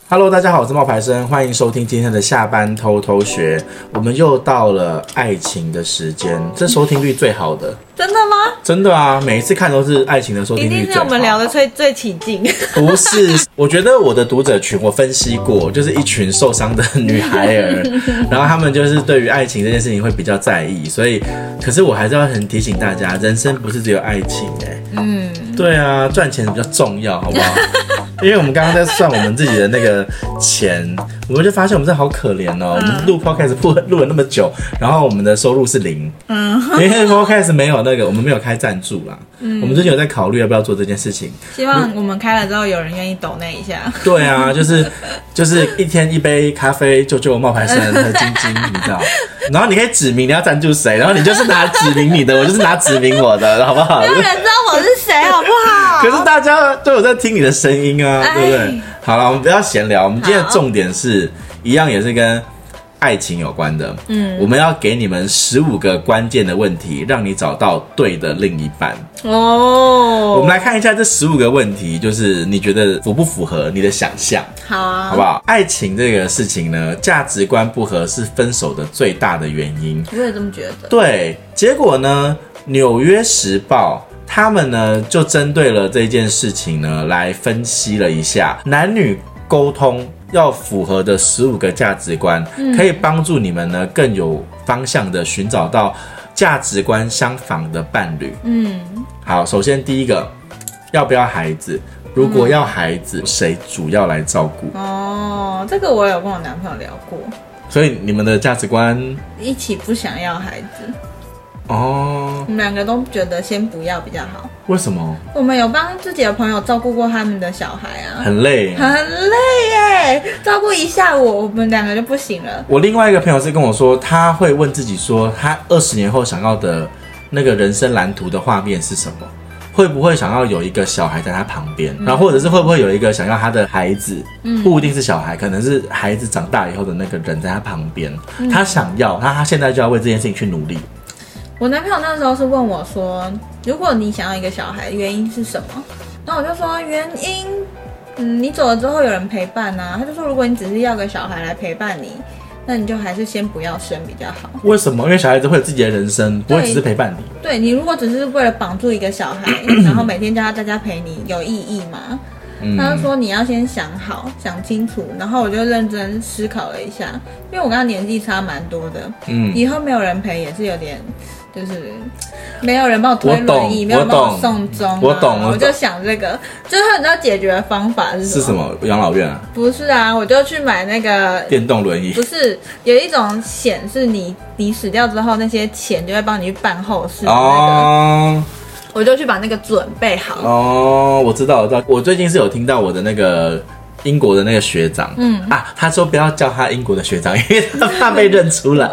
Hello， 大家好，我是冒牌生，欢迎收听今天的下班偷偷学。我们又到了爱情的时间，这收听率最好的。 真的吗？ 真的啊，每一次看都是爱情的收听率最好。 一定是我们聊的最起劲。 不是，我觉得我的读者群我分析过，就是一群受伤的女孩儿，然后他们就是对于爱情这件事情会比较在意，所以，可是我还是要很提醒大家，人生不是只有爱情对啊，赚钱比较重要，好不好？因为我们刚刚在算我们自己的那个钱，我们就发现我们真的好可怜哦。我们录 podcast 录了那么久，然后我们的收入是0，因为 podcast 没有那个，我们没有开赞助啦。我们最近有在考虑要不要做这件事情。 希望我们开了之后有人愿意抖那一下。 对啊，就是一天一杯咖啡，救我冒牌生和晶晶，你知道？然后你可以指明你要赞助谁，然后你就是拿指明你的，我就是拿指明我的，好不好？ 没有人知道我是谁，好不好？ 可是大家都有在听你的声音啊，对不对？好了，我们不要闲聊，我们今天的重点是一样也是跟爱情有关的。我们要给你们15个关键的问题，让你找到对的另一半。我们来看一下这15个问题，就是你觉得符不符合你的想象？ 好啊， 好不好？爱情这个事情呢，价值观不合是分手的最大的原因。 我也这么觉得。 对，结果呢，《纽约时报》他们呢就针对了这件事情呢来分析了一下男女沟通要符合的15个价值观，可以帮助你们呢更有方向的寻找到价值观相仿的伴侣。好，首先第一个，要不要孩子？如果要孩子，谁主要来照顾？ 这个我有跟我男朋友聊过。 所以你们的价值观一起不想要孩子。 我们两个都觉得先不要比较好。 为什么？ 我们有帮自己的朋友照顾过他们的小孩啊， 很累耶，照顾一下我们两个就不行了。 我另外一个朋友是跟我说，他会问自己说，他20年后想要的那个人生蓝图的画面是什么？会不会想要有一个小孩在他旁边，然后或者是会不会有一个想要他的孩子，不一定是小孩，可能是孩子长大以后的那个人在他旁边，他想要，他现在就要为这件事情去努力。 我男朋友那时候是问我说，如果你想要一个小孩，原因是什么？然后我就说原因，你走了之后有人陪伴啊。他就说，如果你只是要个小孩来陪伴你，那你就还是先不要生比较好。为什么？因为小孩子会有自己的人生，不会只是陪伴你。 对，你如果只是为了绑住一个小孩，然后每天叫他在家陪你，有意义吗？他就说你要先想好想清楚，然后我就认真思考了一下，因为我跟他年纪差蛮多的，以后没有人陪也是有点，就是没有人帮我推轮椅，没有人帮我送终，我懂，我就想这个，就是你知道解决的方法是什么？是什么？ 养老院啊？ 不是啊，我就去买那个电动轮椅， 不是有一种险是你死掉之后那些钱就会帮你去办后事的那个。我就去把那个准备好。 我知道，我最近是有听到我的那个英国的那个学长，他说不要叫他英国的学长，因为他怕被认出来。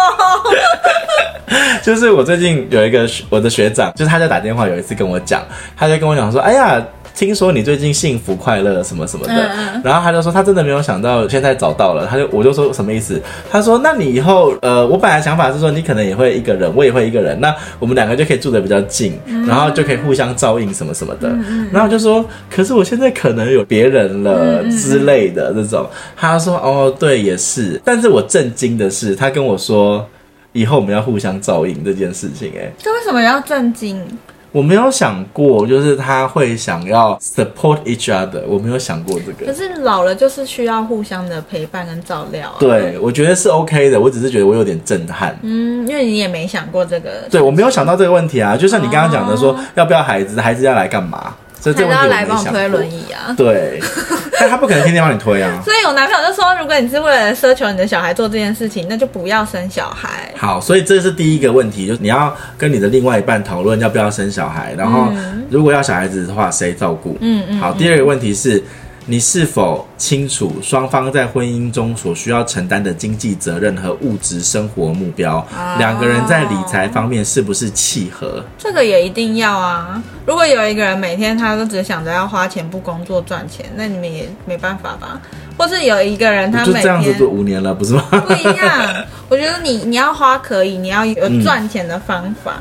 就是我最近有一个我的学长，就是他在打电话有一次跟我讲，他就跟我讲说，哎呀，听说你最近幸福快乐什么什么的，然后他就说他真的没有想到现在找到了，我就说什么意思？他说那你以后我本来想法是说你可能也会一个人，我也会一个人，那我们两个就可以住得比较近，然后就可以互相照应什么什么的。然后我就说可是我现在可能有别人了之类的这种。他说对也是，但是我震惊的是他跟我说以后我们要互相照应这件事情。 这为什么要震惊？ 我没有想过，就是他会想要 support each other， 我没有想过这个。 可是老了就是需要互相的陪伴跟照料对，我觉得是 OK 的，我只是觉得我有点震撼。 因为你也没想过这个。 对，我没有想到这个问题啊，就像你刚刚讲的说，要不要孩子，孩子要来干嘛？所以这个问题我没想过。 还是要来帮我推轮椅啊？ 对，但他不可能天天帮你推啊。 所以我男朋友就说，如果你是为了奢求你的小孩做这件事情，那就不要生小孩。 好，所以这是第一个问题，就是你要跟你的另外一半讨论要不要生小孩，然后如果要小孩子的话，谁照顾？好，第二个问题是，你是否清楚双方在婚姻中所需要承担的经济责任和物质生活目标？两个人在理财方面是不是契合？ 这个也一定要啊！如果有一个人每天他都只想着要花钱不工作赚钱，那你们也没办法吧？或是有一个人他每天就这样子做5年了，不是吗？ 不一样，我觉得你要花可以，你要有赚钱的方法。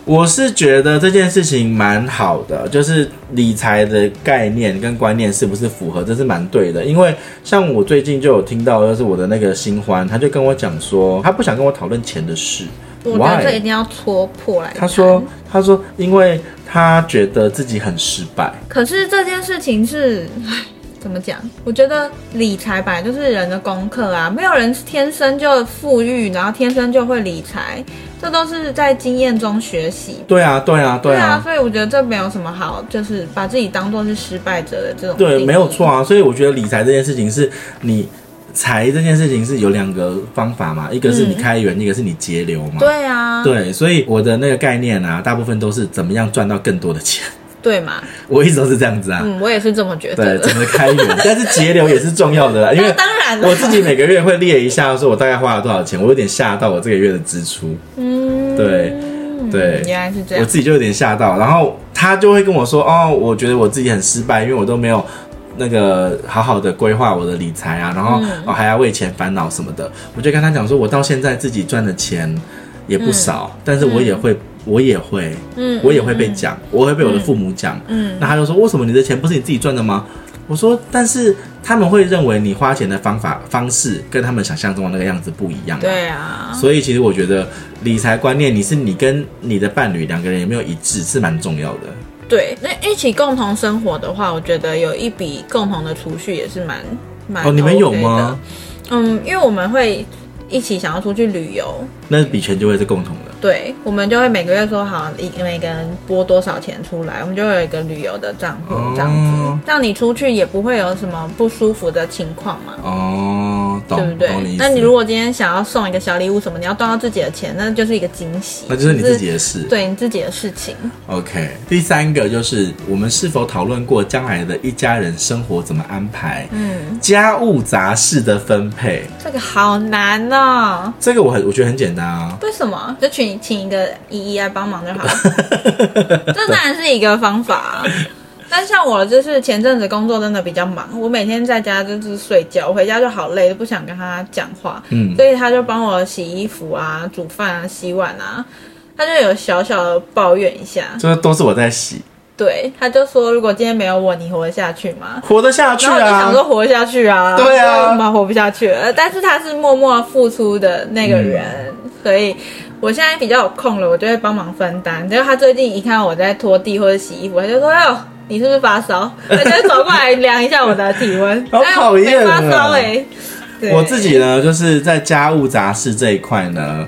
我是觉得这件事情蛮好的，就是理财的概念跟观念是不是符合，这是蛮对的。因为像我最近就有听到，就是我的那个新欢，他就跟我讲说，他不想跟我讨论钱的事。 我觉得这一定要戳破来谈。 他说，因为他觉得自己很失败。 可是这件事情是，怎么讲？我觉得理财本来就是人的功课啊，没有人天生就富裕，然后天生就会理财，这都是在经验中学习。 对啊， 所以我觉得这没有什么好，就是把自己当作是失败者的这种。 对，没有错啊。所以我觉得理财这件事情是你。财这件事情是有2个方法嘛，一个是你开源，一个是你节流嘛。 对啊， 对，所以我的那个概念啊，大部分都是怎么样赚到更多的钱。 对嘛？ 我一直都是这样子啊。 我也是这么觉得。 对，怎么开源，但是节流也是重要的啦，因为当然了， 我自己每个月会列一下，说我大概花了多少钱，我有点吓到我这个月的支出。对， 原来是这样， 我自己就有点吓到，然后他就会跟我说，哦，我觉得我自己很失败，因为我都没有。那个好好的规划我的理财啊，然后还要为钱烦恼什么的，我就跟他讲说，我到现在自己赚的钱也不少，但是我也会被讲，我会被我的父母讲，那他就说，为什么你的钱不是你自己赚的吗？我说，但是他们会认为你花钱的方式跟他们想象中的那个样子不一样， 对啊， 所以其实我觉得理财观念，你跟你的伴侣2个人有没有一致是蛮重要的。 对，那一起共同生活的话，我觉得有一笔共同的储蓄也是蛮你们有吗？ 因为我们会一起想要出去旅游， 那笔钱就会是共同的。 对，我们就会每个月说好，每个人拨多少钱出来，我们就会有一个旅游的账户，这样子，让你出去也不会有什么不舒服的情况嘛。 对不对？那你如果今天想要送一个小礼物什么，你要动到自己的钱，那就是一个惊喜， 那就是你自己的事， 对你自己的事情。 OK， 第3个就是我们是否讨论过将来的一家人生活怎么安排？家务杂事的分配， 这个好难哦。 这个我觉得很简单啊。 为什么？就请一个姨姨来帮忙就好了。这当然是一个方法啊。但像我就是前阵子工作真的比较忙，我每天在家就是睡觉，我回家就好累，都不想跟他讲话，所以他就帮我洗衣服啊、煮饭啊、洗碗啊，他就有小小的抱怨一下， 这都是我在洗。 对，他就说如果今天没有我，你活得下去吗？ 活得下去啊！ 然后我就想说活得下去啊， 对啊， 我们活不下去了。但是他是默默付出的那个人，所以我现在比较有空了，我就会帮忙分担。结果他最近一看我在拖地或者洗衣服，他就说：“哎呦，你是不是发烧？”他就走过来量一下我的体温， 好讨厌啊！ 没发烧欸。 我自己呢，就是在家务杂事这一块呢，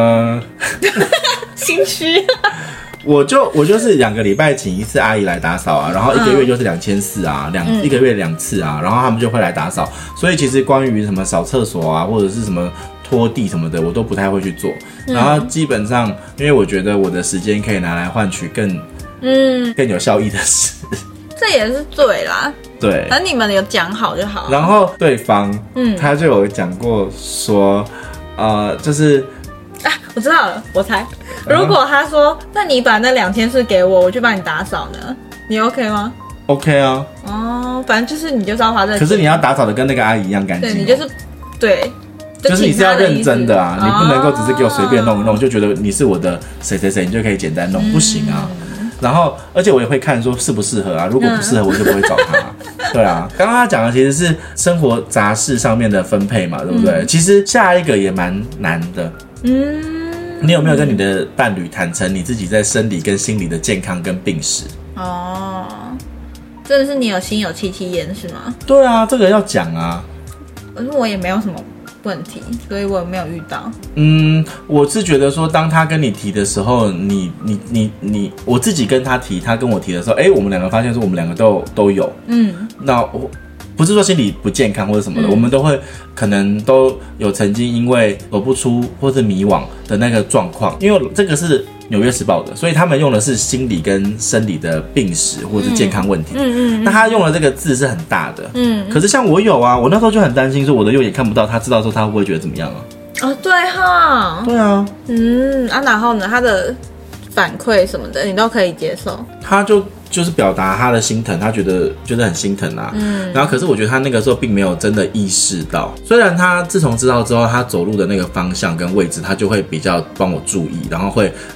心虚。 我就是2个礼拜请一次阿姨来打扫啊，然后1个月就是2400啊，1个月2次啊，然后他们就会来打扫。所以其实关于什么扫厕所啊，或者是什么拖地什么的，我都不太会去做。然后基本上，因为我觉得我的时间可以拿来换取更有效益的事。 这也是对啦， 对， 反正你们有讲好就好。 然后对方，他就有讲过说，就是我知道了，我猜，如果他说，那你把那2000给我，我去帮你打扫呢，你 OK 吗 ？OK 啊。 反正就是你就是要花这个钱， 可是你要打扫的跟那个阿姨一样干净。 对，你就是对。 就是你是要认真的啊，你不能够只是给我随便弄一弄，就觉得你是我的谁谁谁，你就可以简单弄，不行啊。然后，而且我也会看说适不适合啊，如果不适合，我就不会找他。对啊，刚刚他讲的其实是生活杂事上面的分配嘛，对不对？其实下一个也蛮难的。你有没有跟你的伴侣坦诚你自己在生理跟心理的健康跟病史？ 真的是你有心有戚戚焉是吗？ 对啊，这个要讲啊。 可是我也没有什么问题，所以我没有遇到。 我是觉得说，当他跟你提的时候，我自己跟他提，他跟我提的时候，我们2个发现说我们2个都有。那我不是说心理不健康或者什么的，我们都会可能都有曾经因为走不出或是迷惘的那个状况，因为这个是纽约时报的，所以他们用的是心理跟生理的病史或者是健康问题。那他用的这个字是很大的。可是像我有啊，我那时候就很担心说我的右眼看不到，他知道说他会不会觉得怎么样啊？ 对哈。对啊。然后呢，他的反馈什么的你都可以接受？他就是表达他的心疼，他觉得很心疼啊。然后可是我觉得他那个时候并没有真的意识到，虽然他自从知道之后，他走路的那个方向跟位置，他就会比较帮我注意，然后会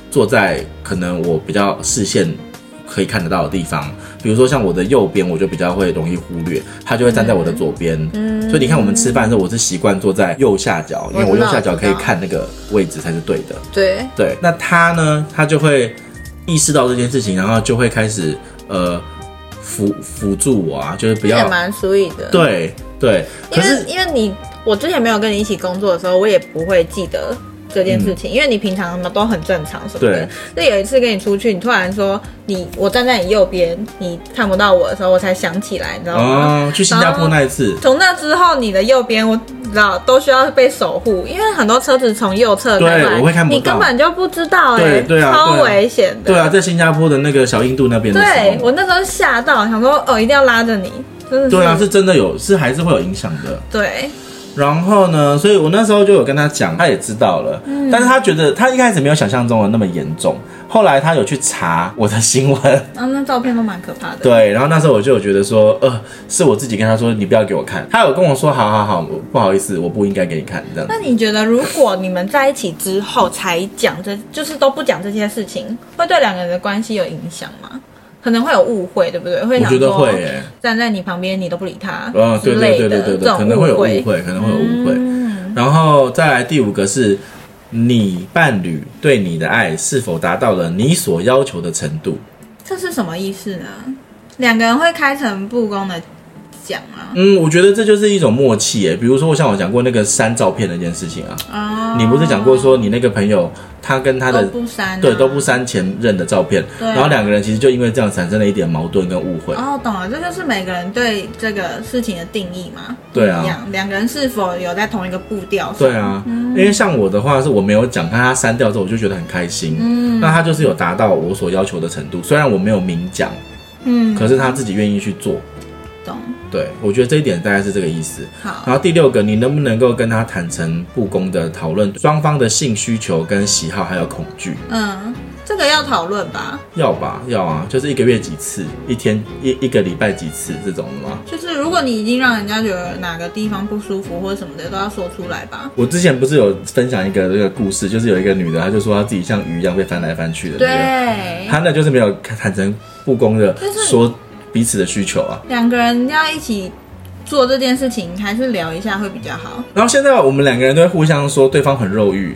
坐在可能我比较视线可以看得到的地方，比如说像我的右边，我就比较会容易忽略，他就会站在我的左边。所以你看我们吃饭的时候，我是习惯坐在右下角，因为我右下角可以看那个位置才是对的。对，那他呢，他就会意识到这件事情，然后就会开始辅助我啊，就是不要。 也蛮 sweet 的。 对，可是因为我之前没有跟你一起工作的时候，我也不会记得这件事情，因为你平常都很正常什么的。就有一次跟你出去，你突然说我站在你右边，你看不到我的时候，我才想起来，你知道吗？ 去新加坡那一次， 从那之后，你的右边我知道都需要被守护，因为很多车子从右侧开来， 我会看不到， 你根本就不知道对啊， 超危险的。 对啊，在新加坡的那个小印度那边的时候， 对我那时候吓到，想说一定要拉着你，真的是。 对啊，是真的是还是会有影响的。 对。 然后呢，所以我那时候就有跟他讲，他也知道了，但是他觉得他一开始没有想象中的那么严重，后来他有去查我的新闻， 那照片都蛮可怕的。 对，然后那时候我就有觉得说，是我自己跟他说，你不要给我看，他有跟我说，好，不好意思，我不应该给你看这样。 那你觉得，如果你们在一起之后才讲就是都不讲这些事情，会对两个人的关系有影响吗？可能会有误会，对不对？会想说，我觉得会站在你旁边，你都不理他，之类的，对， 可能会有误会，可能会有误会。然后再来第5个是，你伴侣对你的爱是否达到了你所要求的程度？ 这是什么意思呢？两个人会开诚布公的讲啊。 我觉得这就是一种默契耶。比如说，像我讲过那个删照片那件事情啊，你不是讲过说你那个朋友他跟他的都不删， 对，都不删前任的照片，然后两个人其实就因为这样产生了一点矛盾跟误会。 懂了，这就是每个人对这个事情的定义嘛。 对啊， 两个人是否有在同一个步调上？ 对啊，因为像我的话是我没有讲，他删掉之后我就觉得很开心。那他就是有达到我所要求的程度，虽然我没有明讲，可是他自己愿意去做。对，我觉得这一点大概是这个意思。 好， 然后第6个，你能不能够跟他坦诚不公的讨论双方的性需求跟喜好还有恐惧？ 这个要讨论吧？ 要吧，要啊，就是1个月几次，一天一个礼拜几次这种的吗？ 就是如果你已经让人家觉得哪个地方不舒服或者什么的，都要说出来吧。 我之前不是有分享一个这个故事，就是有一个女的，她就说她自己像鱼一样被翻来翻去的， 对， 她那就是没有坦诚不公的说彼此的需求啊。 两个人要一起做这件事情，还是聊一下会比较好。 然后现在我们两个人都会互相说对方很肉欲。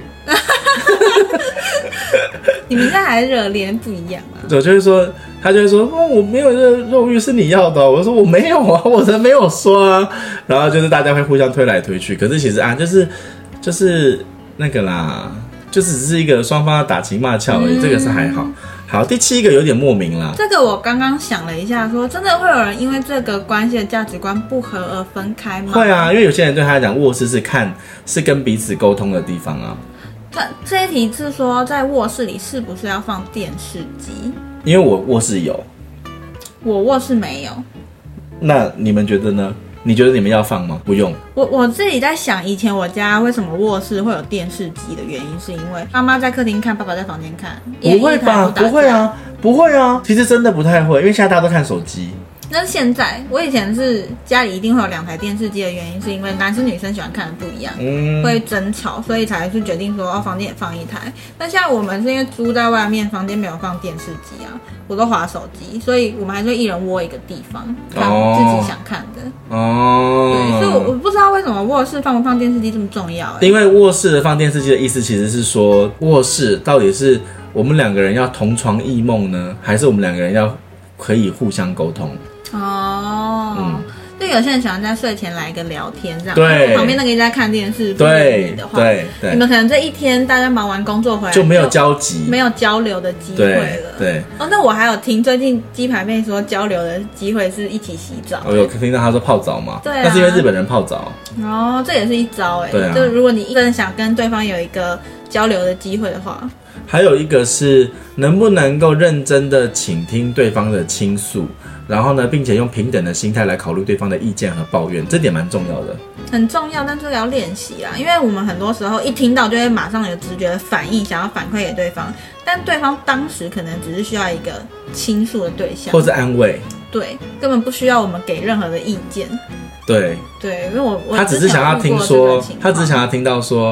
你们现在还是热恋不一样啊？ 我就会说，他就会说，我没有肉欲是你要的。我说我没有啊，我才没有说啊。然后就是大家会互相推来推去，可是其实就是那个啦，就只是一个双方打情骂俏而已，这个是还好。好，第7个有点莫名啦。 这个我刚刚想了一下说真的会有人因为这个关系的价值观不合而分开吗？ 会啊，因为有些人对他来讲，卧室是跟彼此沟通的地方啊。 这一题是说在卧室里是不是要放电视机？ 因为我卧室有， 我卧室没有。 那你们觉得呢？你觉得你们要放吗？不用。 我自己在想，以前我家为什么卧室会有电视机的原因，是因为妈妈在客厅看，爸爸在房间看。 不会吧？不会啊，不会啊。其实真的不太会，因为现在大家都看手机。 那是现在，我以前是家里一定会有2台电视机的原因，是因为男生女生喜欢看的不一样，会争吵，所以才去决定说房间也放1台。但现在我们是因为租在外面，房间没有放电视机啊，我都滑手机，所以我们还是一人窝一个地方看自己想看的。对，所以我不知道为什么卧室放不放电视机这么重要。 因为卧室的放电视机的意思其实是说，卧室到底是我们2个人要同床异梦呢，还是我们2个人要可以互相沟通？ 就有些人喜欢在睡前来一个聊天，这样对， 旁边那个一直在看电视， 对的话， 对， 你们可能这一天大家忙完工作回来就没有交集， 没有交流的机会了。 对， 那我还有听最近鸡排妹说交流的机会是一起洗澡。 我有听到她说泡澡嘛， 对啊， 那是因为日本人泡澡。 这也是一招对啊， 就如果你真的想跟对方有一个交流的机会的话。 还有一个是能不能够认真的倾听对方的倾诉，然后呢，并且用平等的心态来考虑对方的意见和抱怨，这点蛮重要的。 很重要，但这个要练习啊，因为我们很多时候一听到就会马上有直觉的反应，想要反馈给对方，但对方当时可能只是需要一个倾诉的对象， 或是安慰。 对，根本不需要我们给任何的意见。 对， 因为我他只是想要听说，他只是想要听到说，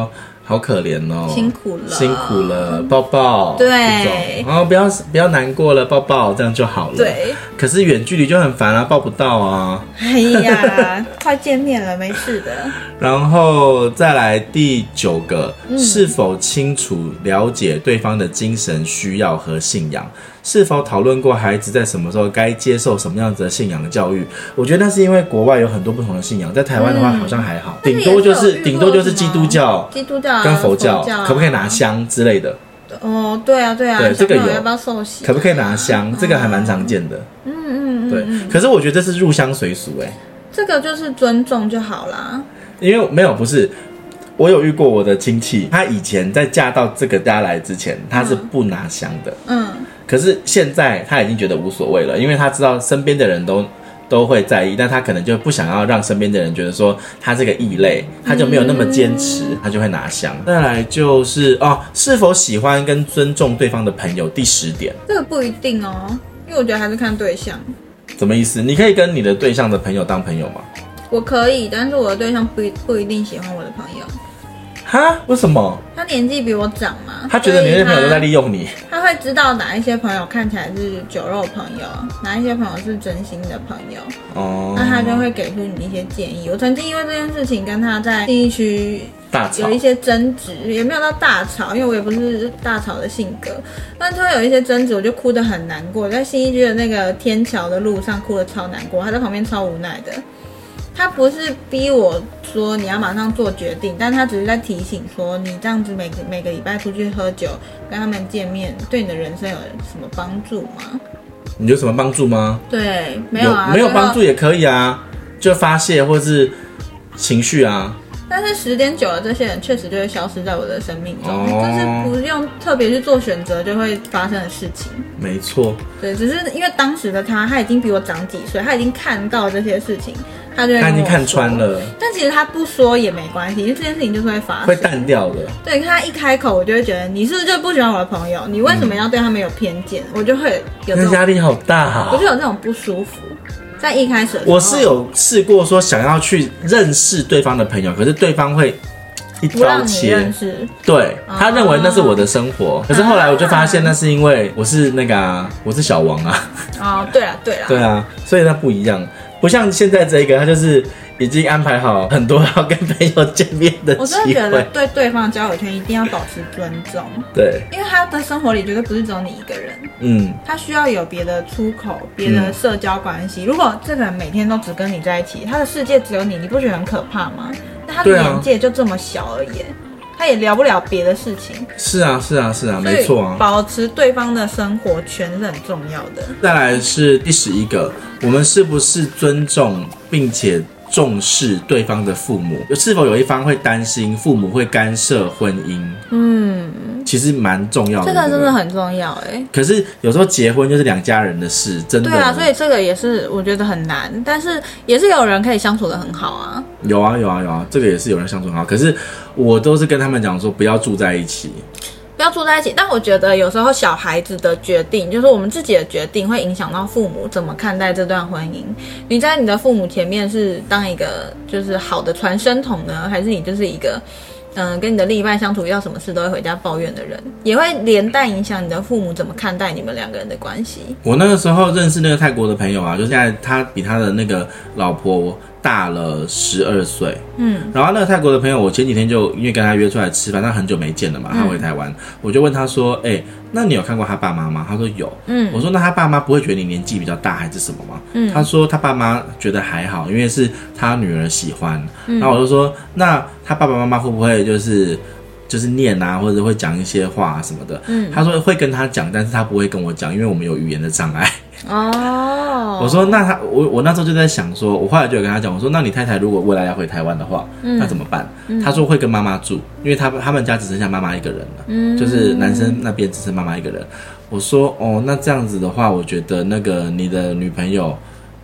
好可怜哦， 辛苦了， 抱抱。 对， 然后不要难过了，抱抱，这样就好了。 对， 可是远距离就很烦啊，抱不到啊。 哎呀，快见面了，没事的。 然后再来第9个，是否清楚了解对方的精神需要和信仰？是否讨论过孩子在什么时候该接受什么样子的信仰教育？我觉得那是因为国外有很多不同的信仰，在台湾的话好像还好，顶多就是基督教跟佛教，可不可以拿香之类的？ 哦，对啊， 对，这个有要不要受洗？ 可不可以拿香？这个还蛮常见的。对。可是我觉得这是入乡随俗这个就是尊重就好啦。 因为不是。我有遇过我的亲戚，他以前在嫁到这个家来之前，他是不拿香的。可是现在他已经觉得无所谓了，因为他知道身边的人都会在意，但他可能就不想要让身边的人觉得说他这个异类，他就没有那么坚持，他就会拿香。再来就是是否喜欢跟尊重对方的朋友，第10点。 这个不一定哦，因为我觉得还是看对象。 什么意思？你可以跟你的对象的朋友当朋友吗？ 我可以，但是我的对象不一定喜欢我的朋友。 哈？为什么？ 他年纪比我长嘛， 他觉得你那些朋友都在利用你。 他会知道哪一些朋友看起来是酒肉朋友，哪一些朋友是真心的朋友。那他就会给出你一些建议。我曾经因为这件事情跟他在信义区有一些争执，也没有到大吵，因为我也不是大吵的性格，但是会有一些争执，我就哭得很难过，在信义区的那个天桥的路上哭得超难过，他在旁边超无奈的。他不是逼我说你要马上做决定，但他只是在提醒说，你这样子每个礼拜出去喝酒，跟他们见面，对你的人生有什么帮助吗？ 你有什么帮助吗？ 对，没有啊， 没有帮助也可以啊，就发泄或是情绪啊。 但是时间久了，这些人确实就会消失在我的生命中，这是不用特别去做选择就会发生的事情。 没错， 对，只是因为当时的他已经比我长几岁，他已经看到这些事情，他已经看穿了。但其实他不说也没关系，因为这件事情就是会发生， 会淡掉的。 对，他一开口，我就会觉得你是不是就不喜欢我的朋友？你为什么要对他们有偏见？我就会有这种压力好大我就有这种不舒服。在一开始的时候， 我是有试过说想要去认识对方的朋友，可是对方会一刀切，对，他认为那是我的生活，可是后来我就发现那是因为我是我是小王啊。 对啊， 所以那不一样，不像现在这个，他就是已经安排好很多要跟朋友见面的机会。 我真的觉得对对方的交友圈一定要保持尊重， 对， 因为他的生活里绝对不是只有你一个人，他需要有别的出口，别的社交关系。如果这个人每天都只跟你在一起，他的世界只有你不觉得很可怕吗？那他的眼界就这么小而已，他也聊不了别的事情。 是啊，没错啊， 保持对方的生活圈是很重要的。 再来是第11个，我们是不是尊重并且重视对方的父母？是否有一方会担心父母会干涉婚姻？其实蛮重要的， 这个真的很重要可是有时候结婚就是2家人的事，真的。 对啊，所以这个也是我觉得很难，但是也是有人可以相处得很好啊。 有啊，这个也是有人相处很好。可是我都是跟他们讲说不要住在一起。 不要住在一起，但我觉得有时候小孩子的决定，就是我们自己的决定，会影响到父母怎么看待这段婚姻。你在你的父母前面是当一个就是好的传声筒呢，还是你就是一个跟你的另一半相处遇到什么事都会回家抱怨的人，也会连带影响你的父母怎么看待你们2个人的关系。 我那个时候认识那个泰国的朋友啊，就是现在他比他的那个老婆大了12岁，然后那个泰国的朋友，我前几天就因为跟他约出来吃饭，他很久没见了嘛，他回台湾，我就问他说，那你有看过他爸妈吗？他说有，我说那他爸妈不会觉得你年纪比较大还是什么吗？他说他爸妈觉得还好，因为是他女儿喜欢，然后我就说那他爸爸妈妈会不会就是念啊，或者会讲一些话什么的？他说会跟他讲，但是他不会跟我讲，因为我们有语言的障碍。我说那我那时候就在想说，我后来就有跟他讲，我说那你太太如果未来要回台湾的话，那怎么办？他说会跟妈妈住，因为他们家只剩下妈妈一个人了，就是男生那边只剩妈妈一个人。我说那这样子的话，我觉得那个你的女朋友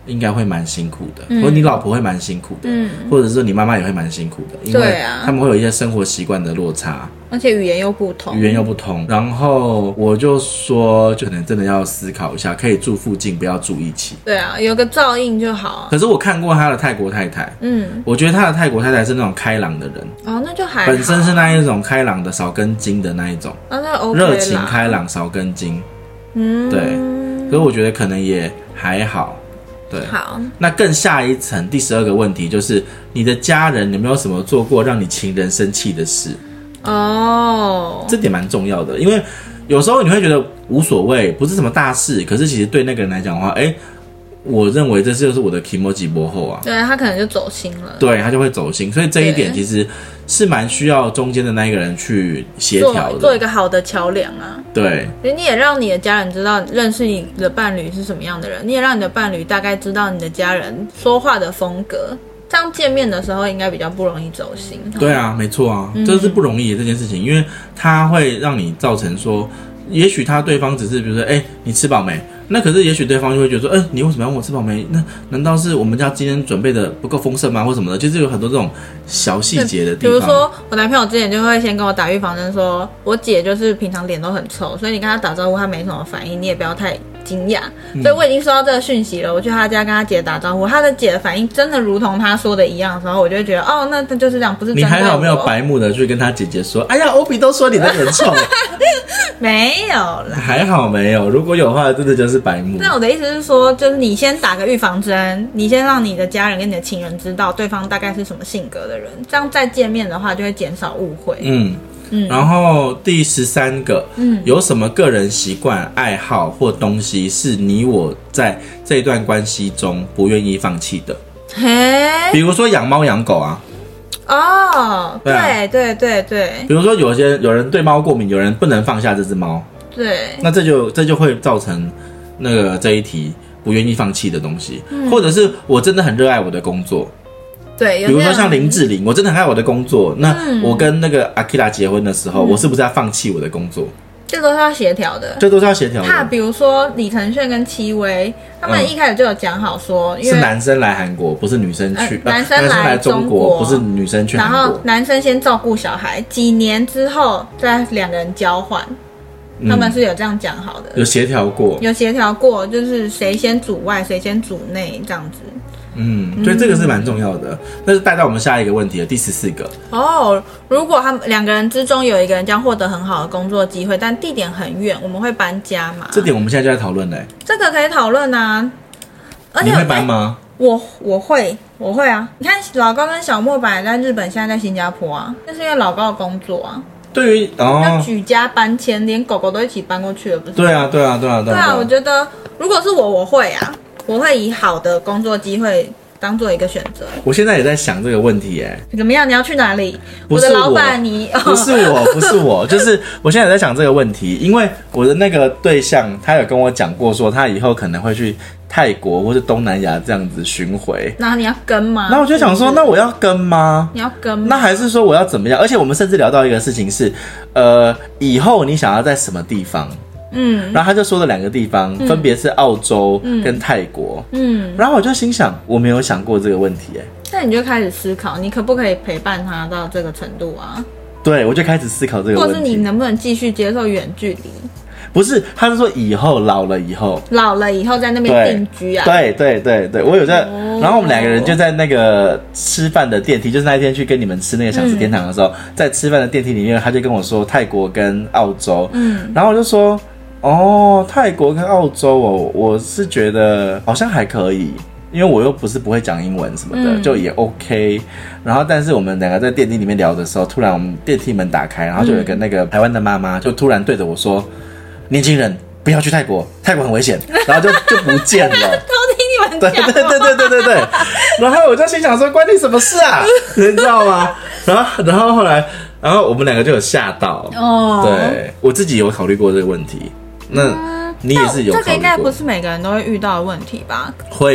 应该会蛮辛苦的，或者你老婆会蛮辛苦的，或者是你妈妈也会蛮辛苦的，因为他们会有一些生活习惯的落差， 而且语言又不同， 然后我就说，就可能真的要思考一下，可以住附近，不要住一起。 对啊，有个照应就好啊。 可是我看过他的泰国太太，我觉得他的泰国太太是那种开朗的人， 哦，那就还好， 本身是那一种开朗的少根筋的那一种， 那 OK 热情开朗少根筋，对，所以我觉得可能也还好。对， 好， 那更下一层，第12个问题就是你的家人有没有什么做过让你情人生气的事？哦，这点蛮重要的，因为有时候你会觉得无所谓，不是什么大事，可是其实对那个人来讲的话，我认为这就是我的 kimoji 薄厚啊， 对，他可能就走心了， 对，他就会走心，所以这一点其实是蛮需要中间的那一个人去协调的， 做一个好的桥梁啊。 对， 你也让你的家人知道认识你的伴侣是什么样的人，你也让你的伴侣大概知道你的家人说话的风格，这样见面的时候应该比较不容易走心。 对啊，没错啊，这是不容易的这件事情，因为它会让你造成说，也许对方只是比如说，你吃饱没？那可是也许对方就会觉得说，你为什么要问我吃饱没？那难道是我们家今天准备的不够丰盛吗？或什么的？就是有很多这种小细节的地方。 比如说，我男朋友之前就会先跟我打预防针说，我姐就是平常脸都很臭，所以你跟她打招呼，她没什么反应，你也不要太惊讶。所以我已经收到这个讯息了，我去他家跟他姐打招呼，他的姐的反应真的如同他说的一样的时候，我就会觉得，哦，那就是这样，不是针对我。 你还好没有白目的去跟他姐姐说，哎呀，欧比都说你的脸臭。 没有啦， 还好没有。如果有的话，真的就是白目。 那我的意思是说，就是你先打个预防针，你先让你的家人跟你的亲人知道对方大概是什么性格的人，这样再见面的话就会减少误会。然后第13个，有什么个人习惯、爱好或东西是你我在这一段关系中不愿意放弃的？比如说养猫养狗啊。 哦，对对对对， 比如说有人对猫过敏，有人不能放下这只猫， 对， 那这就会造成那个这一题不愿意放弃的东西，或者是我真的很热爱我的工作， 对， 比如说像林志玲，我真的很爱我的工作，那我跟那个阿 Kira 结婚的时候，我是不是要放弃我的工作？ 这都是要协调的，比如说李承铉跟戚薇，他们一开始就有讲好说，因为是男生来韩国，不是女生去； 男生来中国，不是女生去韩国。 然后男生先照顾小孩，几年之后再两个人交换。他们是有这样讲好的， 有协调过，就是谁先主外，谁先主内这样子。 所以这个是蛮重要的。那是带到我们下一个问题的第14个。 如果他们两个人之中有一个人将获得很好的工作机会，但地点很远，我们会搬家吗？ 这点我们现在就在讨论嘞。 这个可以讨论啊。而且你会搬吗？ 我会啊。你看老高跟小莫本来在日本，现在在新加坡啊，那是因为老高的工作啊。 对于要举家搬迁，连狗狗都一起搬过去了，不是？ 对啊。 我觉得如果是我会啊。我会以好的工作机会当做一个选择。 我现在也在想这个问题怎么样？你要去哪里？我的老板不是我，就是我现在也在想这个问题，因为我的那个对象他有跟我讲过说他以后可能会去泰国或是东南亚这样子巡回。 那你要跟吗？ 那我就想说，那我要跟吗？ 你要跟吗？ 那还是说我要怎么样？而且我们甚至聊到一个事情是，以后你想要在什么地方？然后他就说了2个地方，分别是澳洲跟泰国。然后我就心想，我没有想过这个问题那你就开始思考，你可不可以陪伴他到这个程度啊？ 对，我就开始思考这个问题， 或是你能不能继续接受远距离？ 不是，他是说以后老了以后在那边定居啊？ 对，我有在。然后我们2个人就在那个吃饭的电梯，就是那一天去跟你们吃那个享食天堂的时候，在吃饭的电梯里面，他就跟我说泰国跟澳洲。然后我就说。泰国跟澳洲我是觉得好像还可以，因为我又不是不会讲英文什么的，就也 OK。然后，但是我们2个在电梯里面聊的时候，突然我们电梯门打开，然后就有一个那个台湾的妈妈就突然对着我说：“年轻人不要去泰国，泰国很危险。”然后就不见了。 偷听你们讲。 对。然后我就心想说：“关你什么事啊？”你知道吗？然后后来，我们2个就有吓到。对，我自己有考虑过这个问题。那你也是有考虑过？ 这个应该不是每个人都会遇到的问题吧？ 会，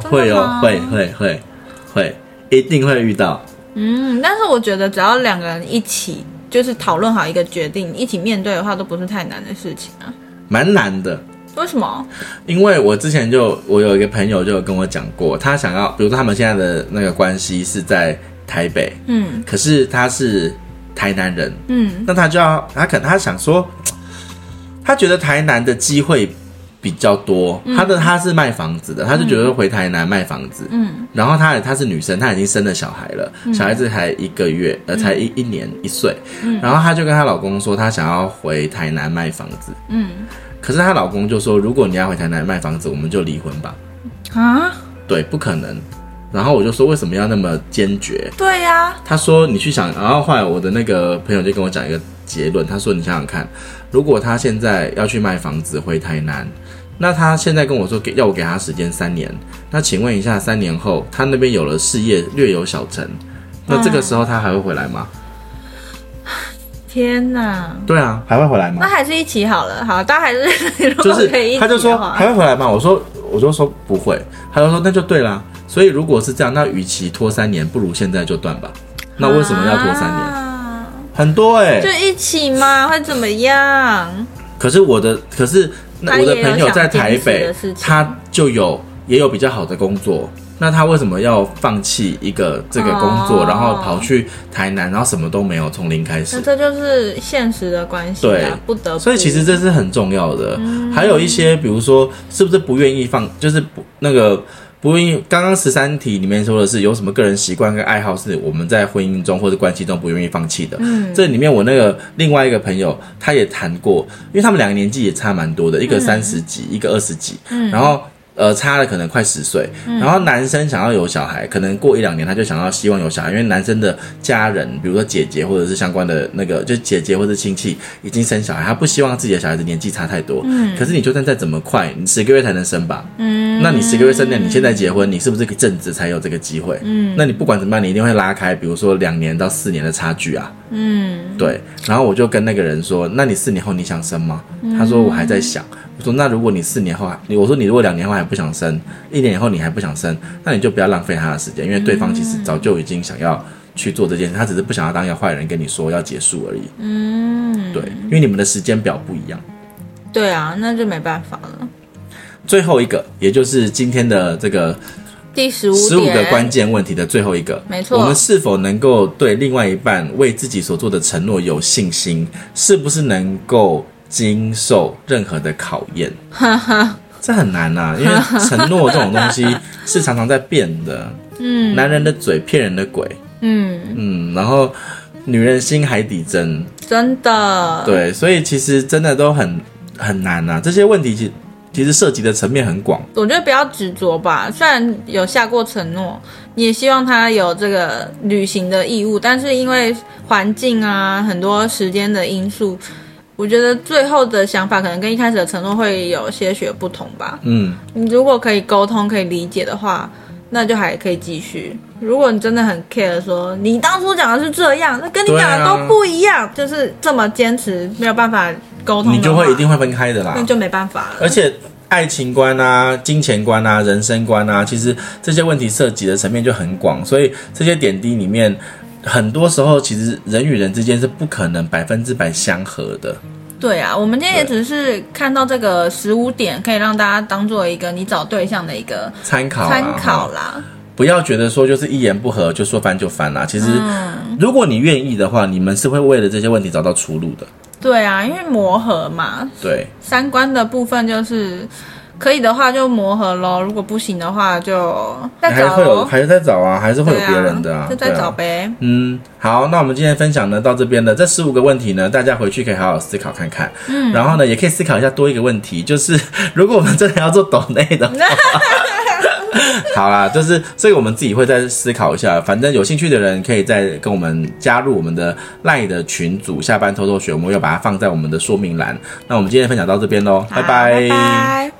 一定会遇到。 但是我觉得只要2个人一起就是讨论好一个决定，一起面对的话，都不是太难的事情啊。 蛮难的， 为什么？ 因为我之前我有一个朋友就有跟我讲过，他想要，比如说他们现在的那个关系是在台北，可是他是台南人，那他想说，他觉得台南的机会比较多，他是卖房子的，他就觉得回台南卖房子，然后她是女生，她已经生了小孩了，小孩子才1个月，才一年1岁，然后她就跟她老公说，她想要回台南卖房子，可是她老公就说，如果你要回台南卖房子，我们就离婚吧。啊？对，不可能。然后我就说，为什么要那么坚决？ 对呀。他说你去想，然后后来我的那个朋友就跟我讲一个结论，他说你想想看，如果他现在要去卖房子回台南，那他现在跟我说要我给他时间3年，那请问一下，3年后他那边有了事业，略有小成，那这个时候他还会回来吗？ 天哪！ 对啊，还会回来吗？ 那还是一起好了，好，大家还是如果可以一起的话， 他就说还会回来吗？我就说不会，他就说那就对啦。所以如果是这样，那与其拖3年，不如现在就断吧。那为什么要拖3年？很多就一起嘛，会怎么样？ 可是我的朋友在台北，他也有比较好的工作。那他为什么要放弃这个工作，然后跑去台南，然后什么都没有，从零开始？ 这就是现实的关系，对，不得不。 所以其实这是很重要的。还有一些，比如说，是不是不愿意就是不愿意。刚刚13题里面说的是有什么个人习惯跟爱好是我们在婚姻中或者关系中不愿意放弃的。这里面我那个另外一个朋友他也谈过，因为他们2个年纪也差蛮多的，一个30几，一个20几，然后。差了可能快10岁，然后男生想要有小孩，可能过1-2年他就希望有小孩，因为男生的家人，比如说姐姐或者是相关的就姐姐或者亲戚已经生小孩，他不希望自己的小孩子年纪差太多。可是你就算再怎么快，你10个月才能生吧？那你10个月生了，你现在结婚，你是不是正值才有这个机会？那你不管怎么样，你一定会拉开，比如说2年到4年的差距啊。对。然后我就跟那个人说，那你4年后你想生吗？他说我还在想。我说那如果你4年后，我说你如果2年后还不想生，1年以后你还不想生，那你就不要浪费他的时间，因为对方其实早就已经想要去做这件事，他只是不想要当一个坏人跟你说要结束而已。对，因为你们的时间表不一样。 对啊，那就没办法了。 最后一个，也就是今天的这个第15 个关键问题的最后一个， 没错， 我们是否能够对另外一半为自己所做的承诺有信心？是不是能够经受任何的考验？这很难啊，因为承诺这种东西是常常在变的。男人的嘴骗人的鬼。然后女人心海底针，真的。对，所以其实真的都很难啊。这些问题其实涉及的层面很广。我觉得不要执着吧，虽然有下过承诺，你也希望他有这个履行的义务，但是因为环境啊，很多时间的因素。我觉得最后的想法可能跟一开始的承诺会有些许不同吧。你如果可以沟通可以理解的话，那就还可以继续。如果你真的很 care 说你当初讲的是这样，那跟你讲的都不一样，就是这么坚持没有办法沟通的话，你就会一定会分开的啦，那就没办法了。而且爱情观啊、金钱观啊、人生观啊，其实这些问题涉及的层面就很广，所以这些点滴里面很多时候其实人与人之间是不可能100%相合的。对啊，我们今天也只是看到这个15点，可以让大家当做一个你找对象的一个参考啦。不要觉得说就是一言不合就说翻就翻啦。其实如果你愿意的话，你们是会为了这些问题找到出路的。对啊，因为磨合嘛。对，三观的部分就是可以的话就磨合咯，如果不行的话就再找咯。还是在找啊，还是会有别人的啊，就再找呗。好，那我们今天分享呢到这边了。这15个问题呢，大家回去可以好好思考看看。然后呢，也可以思考一下多一个问题，就是如果我们真的要做抖内的话好啦，就是这个我们自己会再思考一下。反正有兴趣的人可以再跟我们加入我们的 LINE 的群组，下班偷偷学，我们会把它放在我们的说明栏。那我们今天分享到这边咯，拜拜。